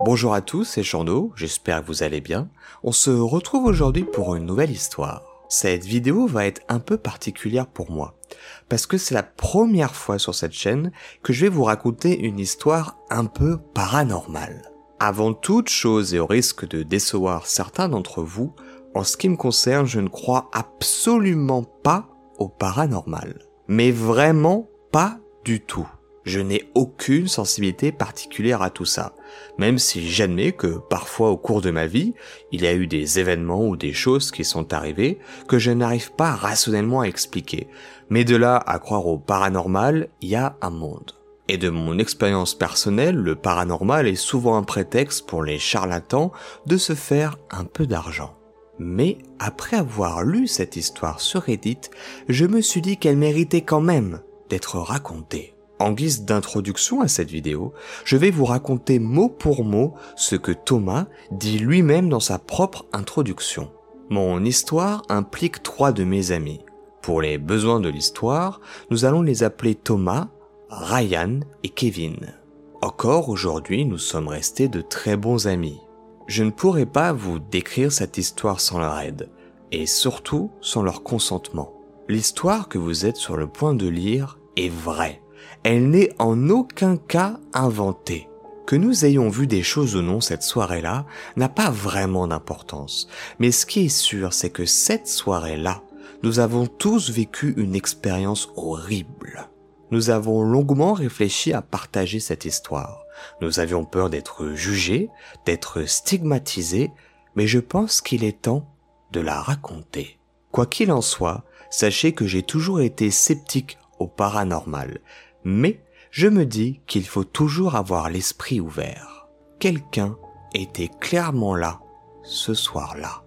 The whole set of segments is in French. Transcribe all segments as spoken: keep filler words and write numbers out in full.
Bonjour à tous, c'est Jean-No, j'espère que vous allez bien. On se retrouve aujourd'hui pour une nouvelle histoire. Cette vidéo va être un peu particulière pour moi, parce que c'est la première fois sur cette chaîne que je vais vous raconter une histoire un peu paranormale. Avant toute chose et au risque de décevoir certains d'entre vous, en ce qui me concerne, je ne crois absolument pas au paranormal. Mais vraiment pas du tout. Je n'ai aucune sensibilité particulière à tout ça, même si j'admets que parfois au cours de ma vie, il y a eu des événements ou des choses qui sont arrivées que je n'arrive pas rationnellement à expliquer. Mais de là à croire au paranormal, il y a un monde. Et de mon expérience personnelle, le paranormal est souvent un prétexte pour les charlatans de se faire un peu d'argent. Mais après avoir lu cette histoire sur Reddit, je me suis dit qu'elle méritait quand même d'être racontée. En guise d'introduction à cette vidéo, je vais vous raconter mot pour mot ce que Thomas dit lui-même dans sa propre introduction. Mon histoire implique trois de mes amis. Pour les besoins de l'histoire, nous allons les appeler Thomas, Ryan et Kevin. Encore aujourd'hui, nous sommes restés de très bons amis. Je ne pourrais pas vous décrire cette histoire sans leur aide, et surtout sans leur consentement. L'histoire que vous êtes sur le point de lire est vraie. Elle n'est en aucun cas inventée. Que nous ayons vu des choses ou non cette soirée-là n'a pas vraiment d'importance. Mais ce qui est sûr, c'est que cette soirée-là, nous avons tous vécu une expérience horrible. Nous avons longuement réfléchi à partager cette histoire. Nous avions peur d'être jugés, d'être stigmatisés, mais je pense qu'il est temps de la raconter. Quoi qu'il en soit, sachez que j'ai toujours été sceptique au paranormal. Mais je me dis qu'il faut toujours avoir l'esprit ouvert. Quelqu'un était clairement là, ce soir-là.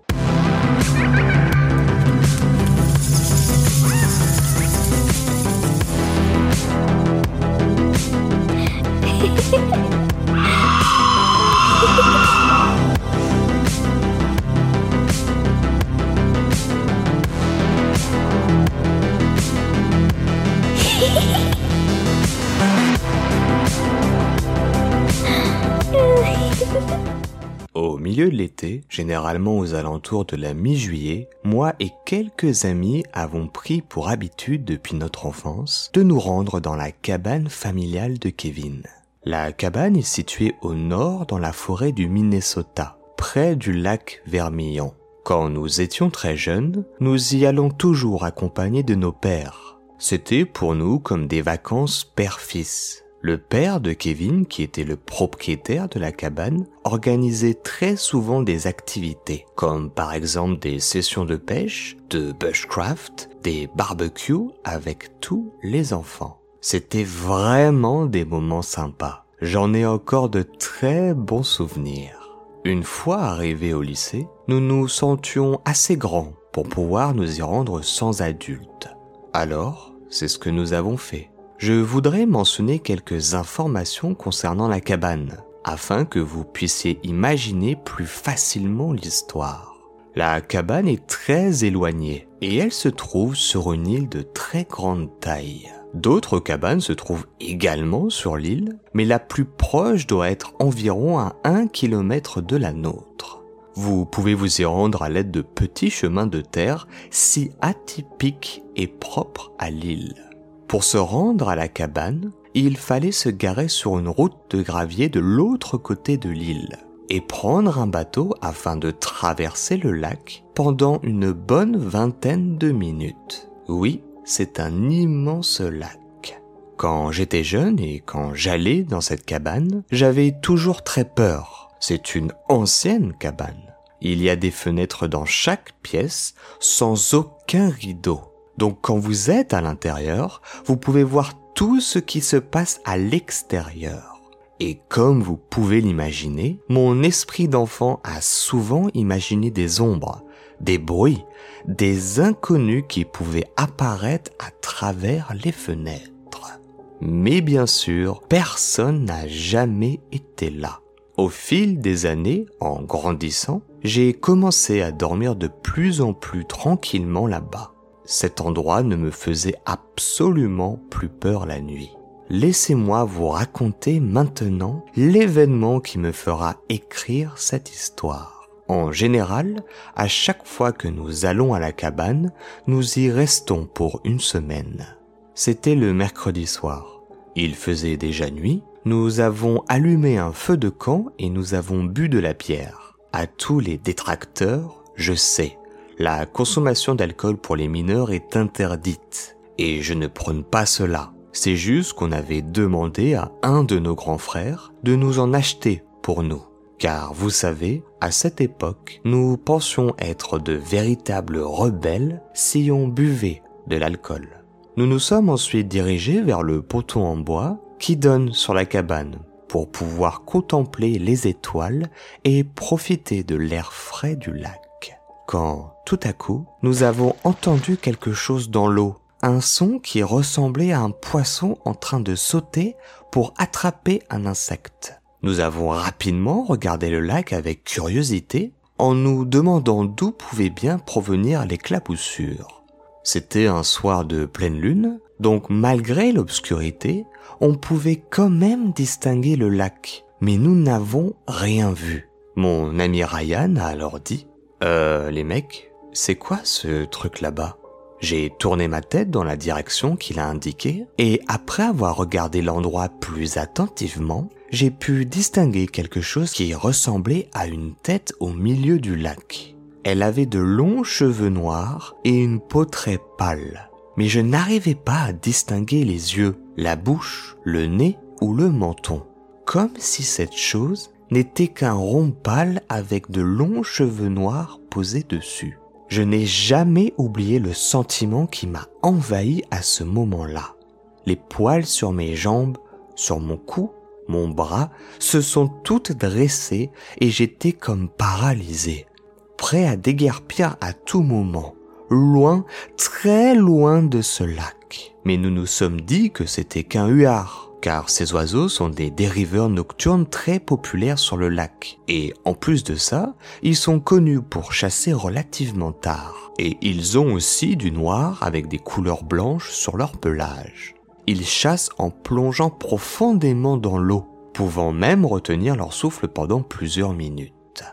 Au milieu de l'été, généralement aux alentours de la mi-juillet, moi et quelques amis avons pris pour habitude depuis notre enfance de nous rendre dans la cabane familiale de Kevin. La cabane est située au nord dans la forêt du Minnesota, près du lac Vermillion. Quand nous étions très jeunes, nous y allons toujours accompagnés de nos pères. C'était pour nous comme des vacances père-fils. Le père de Kevin, qui était le propriétaire de la cabane, organisait très souvent des activités, comme par exemple des sessions de pêche, de bushcraft, des barbecues avec tous les enfants. C'était vraiment des moments sympas. J'en ai encore de très bons souvenirs. Une fois arrivés au lycée, nous nous sentions assez grands pour pouvoir nous y rendre sans adultes. Alors, c'est ce que nous avons fait. Je voudrais mentionner quelques informations concernant la cabane, afin que vous puissiez imaginer plus facilement l'histoire. La cabane est très éloignée, et elle se trouve sur une île de très grande taille. D'autres cabanes se trouvent également sur l'île, mais la plus proche doit être environ à un kilomètre de la nôtre. Vous pouvez vous y rendre à l'aide de petits chemins de terre si atypiques et propres à l'île. Pour se rendre à la cabane, il fallait se garer sur une route de gravier de l'autre côté de l'île et prendre un bateau afin de traverser le lac pendant une bonne vingtaine de minutes. Oui, c'est un immense lac. Quand j'étais jeune et quand j'allais dans cette cabane, j'avais toujours très peur. C'est une ancienne cabane. Il y a des fenêtres dans chaque pièce sans aucun rideau. Donc quand vous êtes à l'intérieur, vous pouvez voir tout ce qui se passe à l'extérieur. Et comme vous pouvez l'imaginer, mon esprit d'enfant a souvent imaginé des ombres, des bruits, des inconnus qui pouvaient apparaître à travers les fenêtres. Mais bien sûr, personne n'a jamais été là. Au fil des années, en grandissant, j'ai commencé à dormir de plus en plus tranquillement là-bas. Cet endroit ne me faisait absolument plus peur la nuit. laissez-moi vous raconter maintenant l'événement qui me fera écrire cette histoire. En général, à chaque fois que nous allons à la cabane, nous y restons pour une semaine. C'était le mercredi soir. Il faisait déjà nuit, nous avons allumé un feu de camp et nous avons bu de la bière. À tous les détracteurs, je sais, la consommation d'alcool pour les mineurs est interdite. Et je ne prône pas cela. C'est juste qu'on avait demandé à un de nos grands frères de nous en acheter pour nous. Car vous savez, à cette époque, nous pensions être de véritables rebelles si on buvait de l'alcool. Nous nous sommes ensuite dirigés vers le poteau en bois qui donne sur la cabane pour pouvoir contempler les étoiles et profiter de l'air frais du lac. Quand, tout à coup, nous avons entendu quelque chose dans l'eau, un son qui ressemblait à un poisson en train de sauter pour attraper un insecte. Nous avons rapidement regardé le lac avec curiosité en nous demandant d'où pouvaient bien provenir l'éclaboussure. C'était un soir de pleine lune, donc malgré l'obscurité, on pouvait quand même distinguer le lac, mais nous n'avons rien vu. Mon ami Ryan a alors dit « Euh, les mecs, c'est quoi ce truc là-bas ?» J'ai tourné ma tête dans la direction qu'il a indiquée, et après avoir regardé l'endroit plus attentivement, j'ai pu distinguer quelque chose qui ressemblait à une tête au milieu du lac. Elle avait de longs cheveux noirs et une peau très pâle. Mais je n'arrivais pas à distinguer les yeux, la bouche, le nez ou le menton. Comme si cette chose n'était qu'un rond pâle avec de longs cheveux noirs posés dessus. Je n'ai jamais oublié le sentiment qui m'a envahi à ce moment-là. Les poils sur mes jambes, sur mon cou, mon bras, se sont toutes dressées et j'étais comme paralysé. Prêt à déguerpir à tout moment, loin, très loin de ce lac. Mais nous nous sommes dit que c'était qu'un huard, car ces oiseaux sont des dériveurs nocturnes très populaires sur le lac. Et en plus de ça, ils sont connus pour chasser relativement tard. Et ils ont aussi du noir avec des couleurs blanches sur leur pelage. Ils chassent en plongeant profondément dans l'eau, pouvant même retenir leur souffle pendant plusieurs minutes.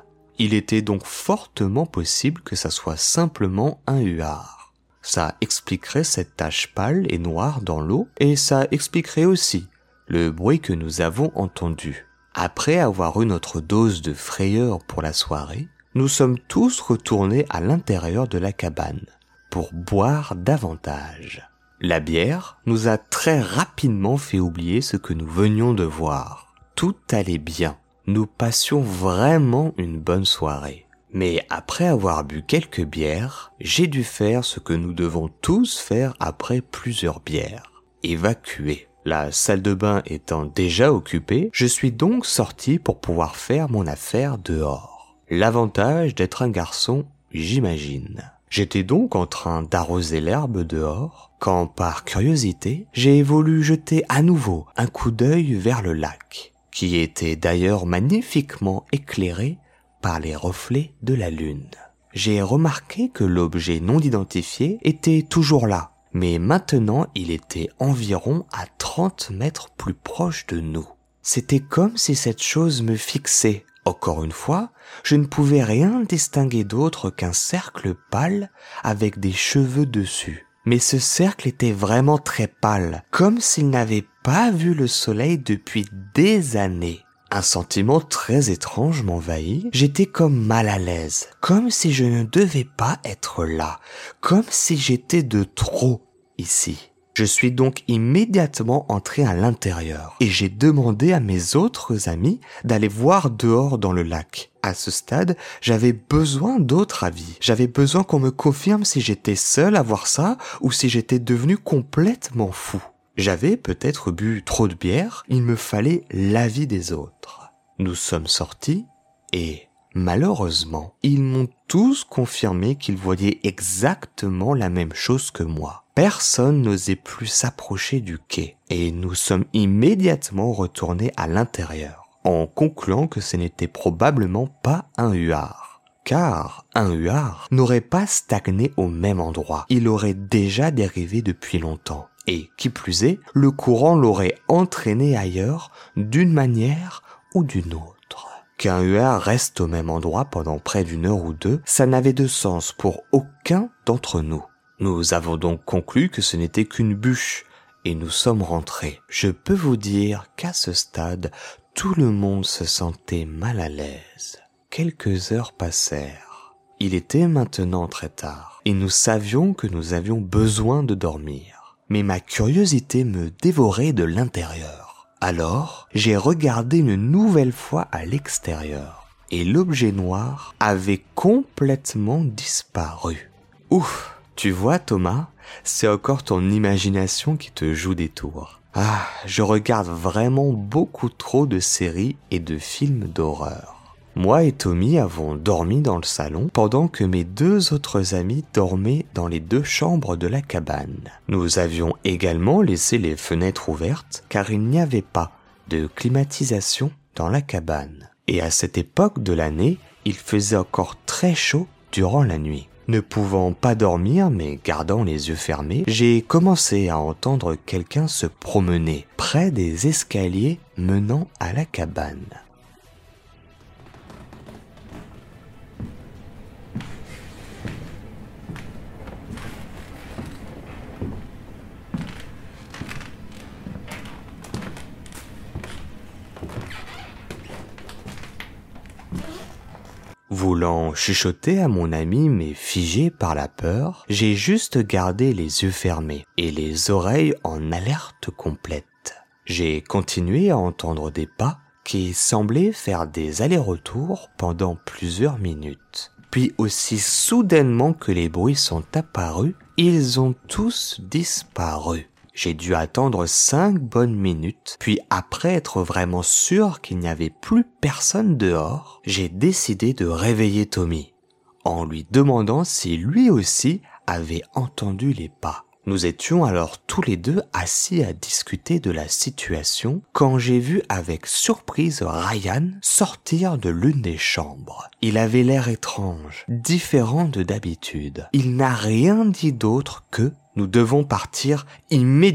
Il était donc fortement possible que ça soit simplement un huard. Ça expliquerait cette tache pâle et noire dans l'eau et ça expliquerait aussi le bruit que nous avons entendu. Après avoir eu notre dose de frayeur pour la soirée, nous sommes tous retournés à l'intérieur de la cabane pour boire davantage. La bière nous a très rapidement fait oublier ce que nous venions de voir. Tout allait bien. Nous passions vraiment une bonne soirée. Mais après avoir bu quelques bières, j'ai dû faire ce que nous devons tous faire après plusieurs bières. Évacuer. La salle de bain étant déjà occupée, je suis donc sorti pour pouvoir faire mon affaire dehors. L'avantage d'être un garçon, j'imagine. J'étais donc en train d'arroser l'herbe dehors, quand par curiosité, j'ai voulu jeter à nouveau un coup d'œil vers le lac, qui était d'ailleurs magnifiquement éclairé par les reflets de la lune. J'ai remarqué que l'objet non identifié était toujours là, mais maintenant il était environ à trente mètres plus proche de nous. C'était comme si cette chose me fixait. Encore une fois, je ne pouvais rien distinguer d'autre qu'un cercle pâle avec des cheveux dessus. Mais ce cercle était vraiment très pâle, comme s'il n'avait pas vu le soleil depuis des années. Un sentiment très étrange m'envahit, j'étais comme mal à l'aise, comme si je ne devais pas être là, comme si j'étais de trop ici. Je suis donc immédiatement entré à l'intérieur et j'ai demandé à mes autres amis d'aller voir dehors dans le lac. À ce stade, j'avais besoin d'autres avis. J'avais besoin qu'on me confirme si j'étais seul à voir ça ou si j'étais devenu complètement fou. J'avais peut-être bu trop de bière, il me fallait l'avis des autres. Nous sommes sortis et, malheureusement, ils m'ont tous confirmé qu'ils voyaient exactement la même chose que moi. Personne n'osait plus s'approcher du quai et nous sommes immédiatement retournés à l'intérieur, en concluant que ce n'était probablement pas un huard. Car un huard n'aurait pas stagné au même endroit, il aurait déjà dérivé depuis longtemps. Et qui plus est, le courant l'aurait entraîné ailleurs d'une manière ou d'une autre. Qu'un huard reste au même endroit pendant près d'une heure ou deux, ça n'avait de sens pour aucun d'entre nous. Nous avons donc conclu que ce n'était qu'une bûche, et nous sommes rentrés. Je peux vous dire qu'à ce stade, tout le monde se sentait mal à l'aise. Quelques heures passèrent. Il était maintenant très tard, et nous savions que nous avions besoin de dormir. Mais ma curiosité me dévorait de l'intérieur. Alors, j'ai regardé une nouvelle fois à l'extérieur, et l'objet noir avait complètement disparu. Ouf! Tu vois, Thomas, c'est encore ton imagination qui te joue des tours. Ah, je regarde vraiment beaucoup trop de séries et de films d'horreur. Moi et Tommy avons dormi dans le salon pendant que mes deux autres amis dormaient dans les deux chambres de la cabane. Nous avions également laissé les fenêtres ouvertes car il n'y avait pas de climatisation dans la cabane. Et à cette époque de l'année, il faisait encore très chaud durant la nuit. Ne pouvant pas dormir mais gardant les yeux fermés, j'ai commencé à entendre quelqu'un se promener près des escaliers menant à la cabane. Voulant chuchoter à mon ami mais figé par la peur, j'ai juste gardé les yeux fermés et les oreilles en alerte complète. J'ai continué à entendre des pas qui semblaient faire des allers-retours pendant plusieurs minutes. Puis aussi soudainement que les bruits sont apparus, ils ont tous disparu. J'ai dû attendre cinq bonnes minutes, puis après être vraiment sûr qu'il n'y avait plus personne dehors, j'ai décidé de réveiller Tommy, en lui demandant si lui aussi avait entendu les pas. Nous étions alors tous les deux assis à discuter de la situation quand j'ai vu avec surprise Ryan sortir de l'une des chambres. Il avait l'air étrange, différent de d'habitude. Il n'a rien dit d'autre que « Nous devons partir immédiatement ».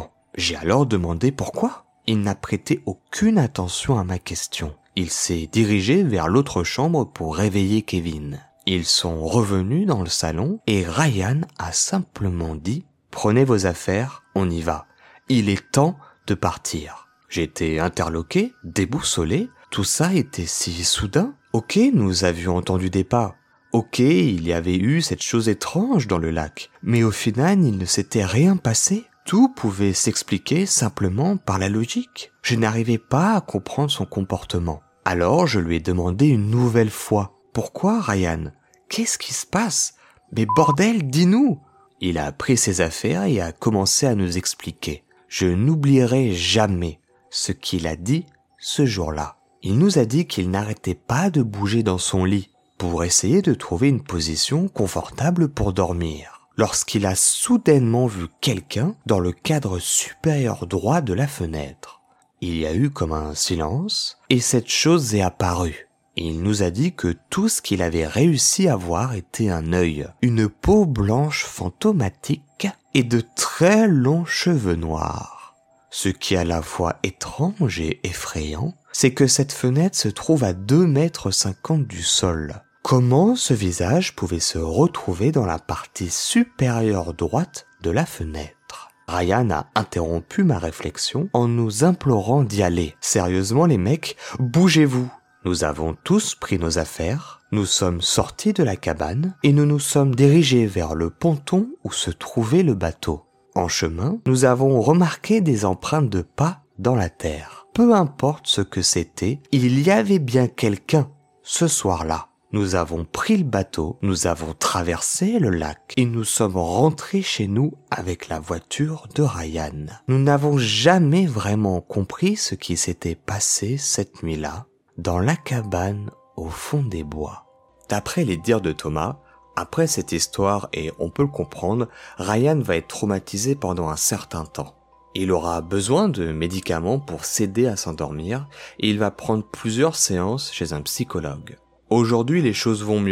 J'ai alors demandé pourquoi. Il n'a prêté aucune attention à ma question. Il s'est dirigé vers l'autre chambre pour réveiller Kevin. Ils sont revenus dans le salon et Ryan a simplement dit « Prenez vos affaires, on y va. Il est temps de partir ». J'étais interloqué, déboussolé. Tout ça était si soudain. Ok, nous avions entendu des pas. Ok, il y avait eu cette chose étrange dans le lac. Mais au final, il ne s'était rien passé. Tout pouvait s'expliquer simplement par la logique. Je n'arrivais pas à comprendre son comportement. Alors je lui ai demandé une nouvelle fois. « Pourquoi, Ryan ? Qu'est-ce qui se passe ? Mais bordel, dis-nous !» Il a pris ses affaires et a commencé à nous expliquer. Je n'oublierai jamais ce qu'il a dit ce jour-là. Il nous a dit qu'il n'arrêtait pas de bouger dans son lit pour essayer de trouver une position confortable pour dormir, lorsqu'il a soudainement vu quelqu'un dans le cadre supérieur droit de la fenêtre. Il y a eu comme un silence, et cette chose est apparue. Il nous a dit que tout ce qu'il avait réussi à voir était un œil, une peau blanche fantomatique et de très longs cheveux noirs. Ce qui est à la fois étrange et effrayant, c'est que cette fenêtre se trouve à deux mètres cinquante du sol. Comment ce visage pouvait se retrouver dans la partie supérieure droite de la fenêtre ? Ryan a interrompu ma réflexion en nous implorant d'y aller. Sérieusement les mecs, bougez-vous. Nous avons tous pris nos affaires, nous sommes sortis de la cabane et nous nous sommes dirigés vers le ponton où se trouvait le bateau. En chemin, nous avons remarqué des empreintes de pas dans la terre. Peu importe ce que c'était, il y avait bien quelqu'un ce soir-là. Nous avons pris le bateau, nous avons traversé le lac et nous sommes rentrés chez nous avec la voiture de Ryan. Nous n'avons jamais vraiment compris ce qui s'était passé cette nuit-là dans la cabane au fond des bois. D'après les dires de Thomas, après cette histoire, et on peut le comprendre, Ryan va être traumatisé pendant un certain temps. Il aura besoin de médicaments pour s'aider à s'endormir et il va prendre plusieurs séances chez un psychologue. Aujourd'hui, les choses vont mieux.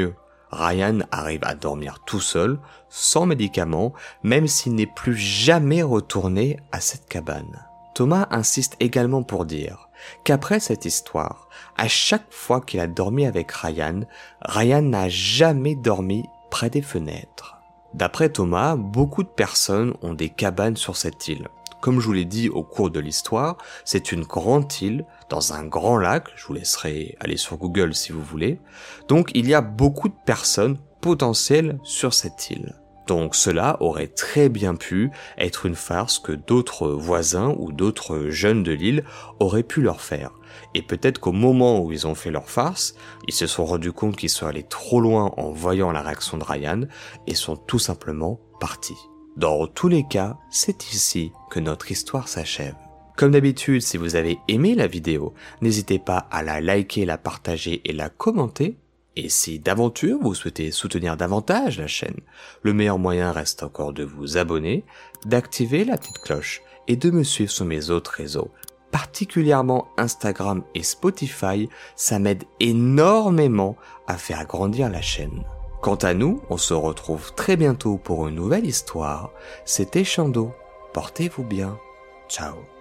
Ryan arrive à dormir tout seul, sans médicaments, même s'il n'est plus jamais retourné à cette cabane. Thomas insiste également pour dire qu'après cette histoire, à chaque fois qu'il a dormi avec Ryan, Ryan n'a jamais dormi près des fenêtres. D'après Thomas, beaucoup de personnes ont des cabanes sur cette île. Comme je vous l'ai dit au cours de l'histoire, c'est une grande île dans un grand lac, je vous laisserai aller sur Google si vous voulez. Donc il y a beaucoup de personnes potentielles sur cette île. Donc cela aurait très bien pu être une farce que d'autres voisins ou d'autres jeunes de l'île auraient pu leur faire. Et peut-être qu'au moment où ils ont fait leur farce, ils se sont rendus compte qu'ils sont allés trop loin en voyant la réaction de Ryan et sont tout simplement partis. Dans tous les cas, c'est ici que notre histoire s'achève. Comme d'habitude, si vous avez aimé la vidéo, n'hésitez pas à la liker, la partager et la commenter. Et si d'aventure vous souhaitez soutenir davantage la chaîne, le meilleur moyen reste encore de vous abonner, d'activer la petite cloche et de me suivre sur mes autres réseaux, particulièrement Instagram et Spotify, ça m'aide énormément à faire grandir la chaîne. Quant à nous, on se retrouve très bientôt pour une nouvelle histoire. C'était Chando. Portez-vous bien. Ciao.